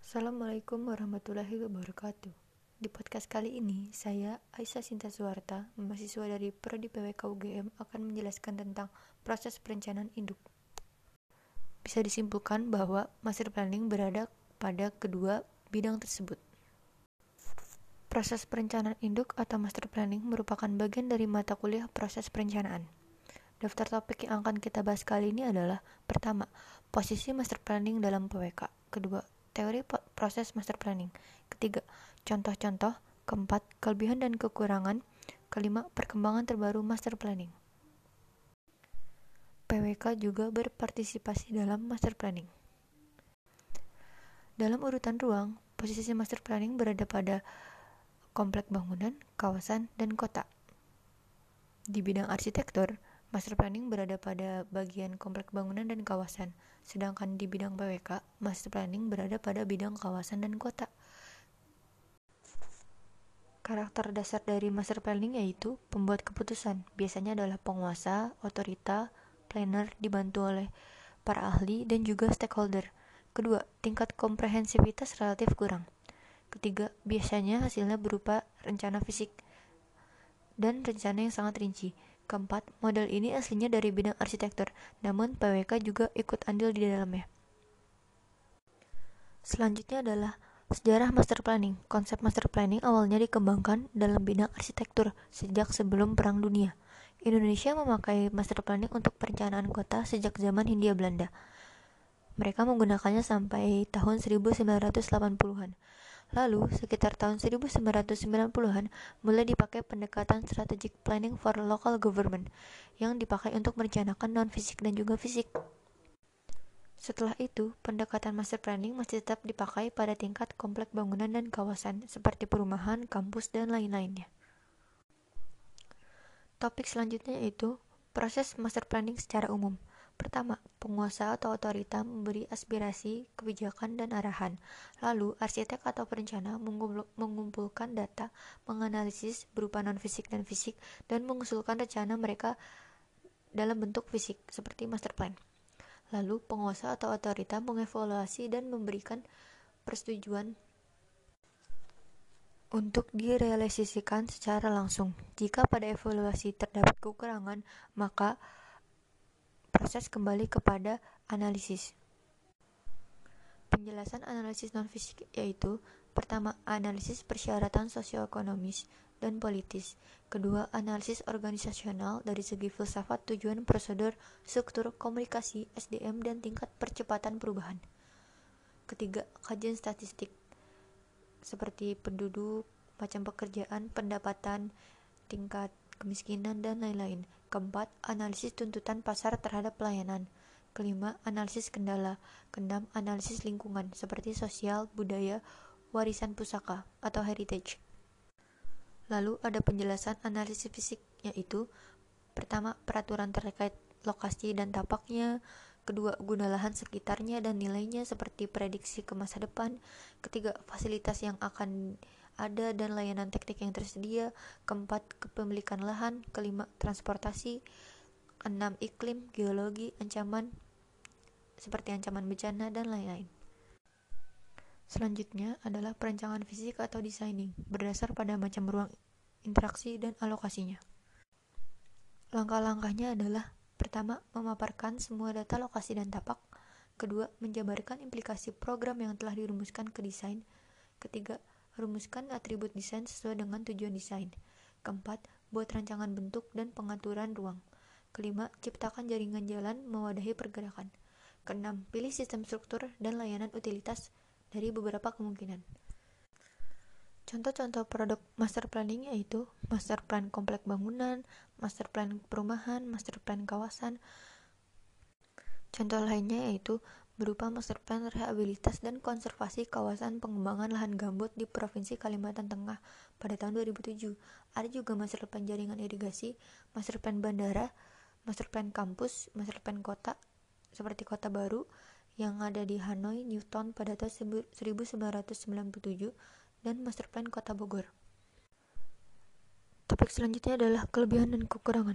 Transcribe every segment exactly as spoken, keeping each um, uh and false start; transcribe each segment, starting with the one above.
Assalamualaikum warahmatullahi wabarakatuh. Di podcast kali ini, saya, Aisyah Sinta Suwarta, mahasiswa dari Prodi P W K U G M, akan menjelaskan tentang proses perencanaan induk. Bisa disimpulkan bahwa master planning berada pada kedua bidang tersebut. Proses perencanaan induk atau master planning merupakan bagian dari mata kuliah proses perencanaan. Daftar topik yang akan kita bahas kali ini adalah: pertama, posisi master planning dalam P W K; kedua, teori proses master planning; ketiga, contoh-contoh; keempat, kelebihan dan kekurangan; kelima, perkembangan terbaru master planning. P W K juga berpartisipasi dalam master planning. Dalam urutan ruang, posisi master planning berada pada komplek bangunan, kawasan, dan kota. Di bidang arsitektur, master planning berada pada bagian komplek bangunan dan kawasan, sedangkan di bidang P W K, master planning berada pada bidang kawasan dan kota. Karakter dasar dari master planning yaitu pembuat keputusan, biasanya adalah penguasa, otorita, planner dibantu oleh para ahli dan juga stakeholder. Kedua, tingkat komprehensivitas relatif kurang. Ketiga, biasanya hasilnya berupa rencana fisik dan rencana yang sangat rinci. Keempat, model ini aslinya dari bidang arsitektur, namun P W K juga ikut andil di dalamnya. Selanjutnya adalah sejarah master planning. Konsep master planning awalnya dikembangkan dalam bidang arsitektur sejak sebelum Perang Dunia. Indonesia memakai master planning untuk perencanaan kota sejak zaman Hindia Belanda. Mereka menggunakannya sampai tahun seribu sembilan ratus delapan puluhan. Lalu, sekitar tahun seribu sembilan ratus sembilan puluhan, mulai dipakai pendekatan strategic planning for local government, yang dipakai untuk merencanakan non-fisik dan juga fisik. Setelah itu, pendekatan master planning masih tetap dipakai pada tingkat komplek bangunan dan kawasan, seperti perumahan, kampus, dan lain-lainnya. Topik selanjutnya yaitu proses master planning secara umum. Pertama, penguasa atau otorita memberi aspirasi, kebijakan, dan arahan. Lalu, arsitek atau perencana mengumpulkan data, menganalisis berupa non-fisik dan fisik, dan mengusulkan rencana mereka dalam bentuk fisik, seperti master plan. Lalu, penguasa atau otorita mengevaluasi dan memberikan persetujuan untuk direalisasikan secara langsung. Jika pada evaluasi terdapat kekurangan, maka proses kembali kepada analisis. Penjelasan analisis non-fisik yaitu: pertama, analisis persyaratan sosioekonomis dan politis; kedua, analisis organisasional dari segi filsafat, tujuan, prosedur, struktur, komunikasi, S D M, dan tingkat percepatan perubahan; ketiga, kajian statistik seperti penduduk, macam pekerjaan, pendapatan, tingkat kemiskinan, dan lain-lain; keempat, analisis tuntutan pasar terhadap pelayanan; kelima, analisis kendala; keenam, analisis lingkungan seperti sosial, budaya, warisan pusaka atau heritage. Lalu ada penjelasan analisis fisik yaitu: pertama, peraturan terkait lokasi dan tapaknya; kedua, guna lahan sekitarnya dan nilainya seperti prediksi ke masa depan; ketiga, fasilitas yang akan ada dan layanan teknik yang tersedia; keempat, kepemilikan lahan; kelima, transportasi; enam, iklim, geologi, ancaman seperti ancaman bencana, dan lain-lain. Selanjutnya adalah perencanaan fisik atau designing, berdasar pada macam ruang, interaksi, dan alokasinya. Langkah-langkahnya adalah: pertama, memaparkan semua data lokasi dan tapak; kedua, menjabarkan implikasi program yang telah dirumuskan ke desain; ketiga, rumuskan atribut desain sesuai dengan tujuan desain; keempat, buat rancangan bentuk dan pengaturan ruang; kelima, ciptakan jaringan jalan mewadahi pergerakan; keenam, pilih sistem struktur dan layanan utilitas dari beberapa kemungkinan. Contoh-contoh produk master planning yaitu master plan komplek bangunan, master plan perumahan, master plan kawasan. Contoh lainnya yaitu berupa master plan rehabilitas dan konservasi kawasan pengembangan lahan gambut di Provinsi Kalimantan Tengah pada tahun dua ribu tujuh. Ada juga master plan jaringan irigasi, master plan bandara, master plan kampus, master plan kota seperti Kota Baru yang ada di Hanoi, Newton pada tahun seribu sembilan ratus sembilan puluh tujuh, dan master plan Kota Bogor. Topik selanjutnya adalah kelebihan dan kekurangan.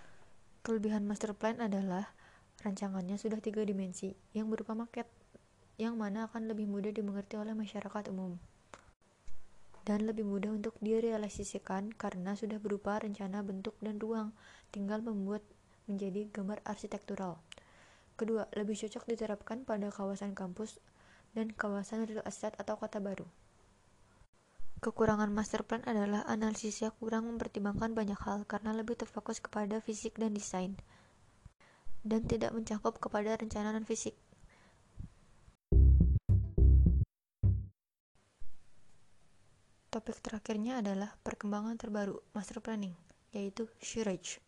Kelebihan master plan adalah rancangannya sudah tiga dimensi yang berupa maket. yang mana akan lebih mudah dimengerti oleh masyarakat umum dan lebih mudah untuk direalisasikan karena sudah berupa rencana bentuk dan ruang, tinggal membuat menjadi gambar arsitektural. Kedua, lebih cocok diterapkan pada kawasan kampus dan kawasan real estate atau kota baru. Kekurangan master plan adalah analisisnya kurang mempertimbangkan banyak hal karena lebih terfokus kepada fisik dan desain, dan tidak mencakup kepada rencana non-fisik. Topik terakhirnya adalah perkembangan terbaru master planning, yaitu Shirage.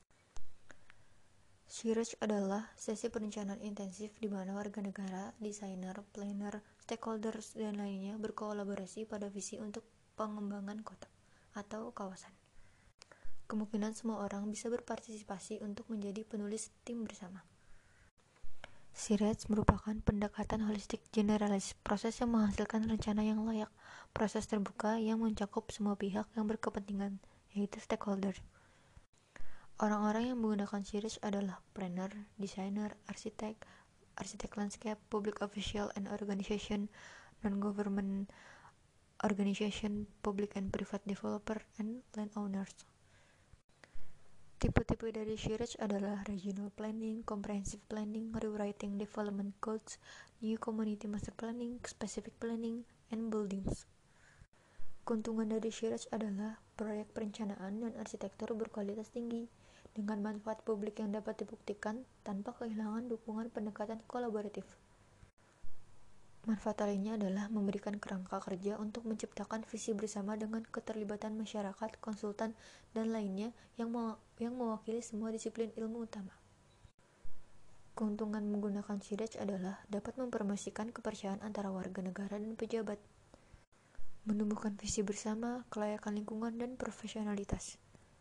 Shirage adalah sesi perencanaan intensif di mana warga negara, desainer, planner, stakeholders, dan lainnya berkolaborasi pada visi untuk pengembangan kota atau kawasan. Kemungkinan semua orang bisa berpartisipasi untuk menjadi penulis tim bersama. Shirage merupakan pendekatan holistik generalis, proses yang menghasilkan rencana yang layak, proses terbuka yang mencakup semua pihak yang berkepentingan, yaitu stakeholder. Orang-orang yang menggunakan Shirage adalah planner, desainer, arsitek, arsitek landscape, public official and organization, non-government organization, public and private developer, and landowners. Tipe-tipe dari Shirage adalah regional planning, comprehensive planning, rewriting development codes, new community master planning, specific planning, and buildings. Keuntungan dari Shirage adalah proyek perencanaan dan arsitektur berkualitas tinggi, dengan manfaat publik yang dapat dibuktikan tanpa kehilangan dukungan pendekatan kolaboratif. Manfaat lainnya adalah memberikan kerangka kerja untuk menciptakan visi bersama dengan keterlibatan masyarakat, konsultan, dan lainnya yang, mew- yang mewakili semua disiplin ilmu utama. Keuntungan menggunakan Shirage adalah dapat mempromosikan kepercayaan antara warga negara dan pejabat, menumbuhkan visi bersama, kelayakan lingkungan, dan profesionalitas.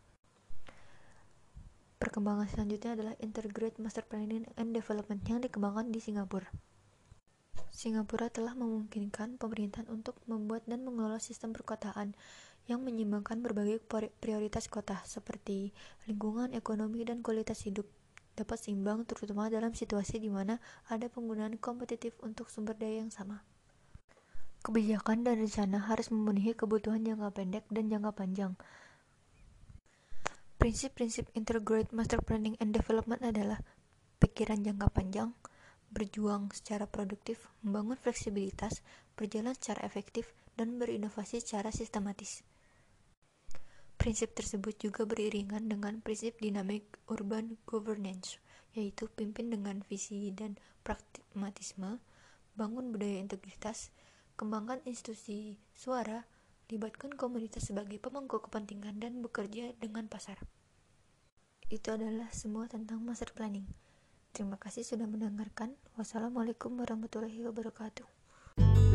Perkembangan selanjutnya adalah Integrated Master Planning and Development yang dikembangkan di Singapura. Singapura telah memungkinkan pemerintahan untuk membuat dan mengelola sistem perkotaan yang menyeimbangkan berbagai prioritas kota seperti lingkungan, ekonomi, dan kualitas hidup dapat seimbang terutama dalam situasi di mana ada penggunaan kompetitif untuk sumber daya yang sama. Kebijakan dan rencana harus memenuhi kebutuhan jangka pendek dan jangka panjang. Prinsip-prinsip Integrated Master Planning and Development adalah pikiran jangka panjang, berjuang secara produktif, membangun fleksibilitas, berjalan secara efektif, dan berinovasi secara sistematis. Prinsip tersebut juga beriringan dengan prinsip dynamic urban governance, yaitu pimpin dengan visi dan pragmatisme, bangun budaya integritas, kembangkan institusi suara, libatkan komunitas sebagai pemangku kepentingan, dan bekerja dengan pasar. Itu adalah semua tentang master planning. Terima kasih sudah mendengarkan. Wassalamualaikum warahmatullahi wabarakatuh.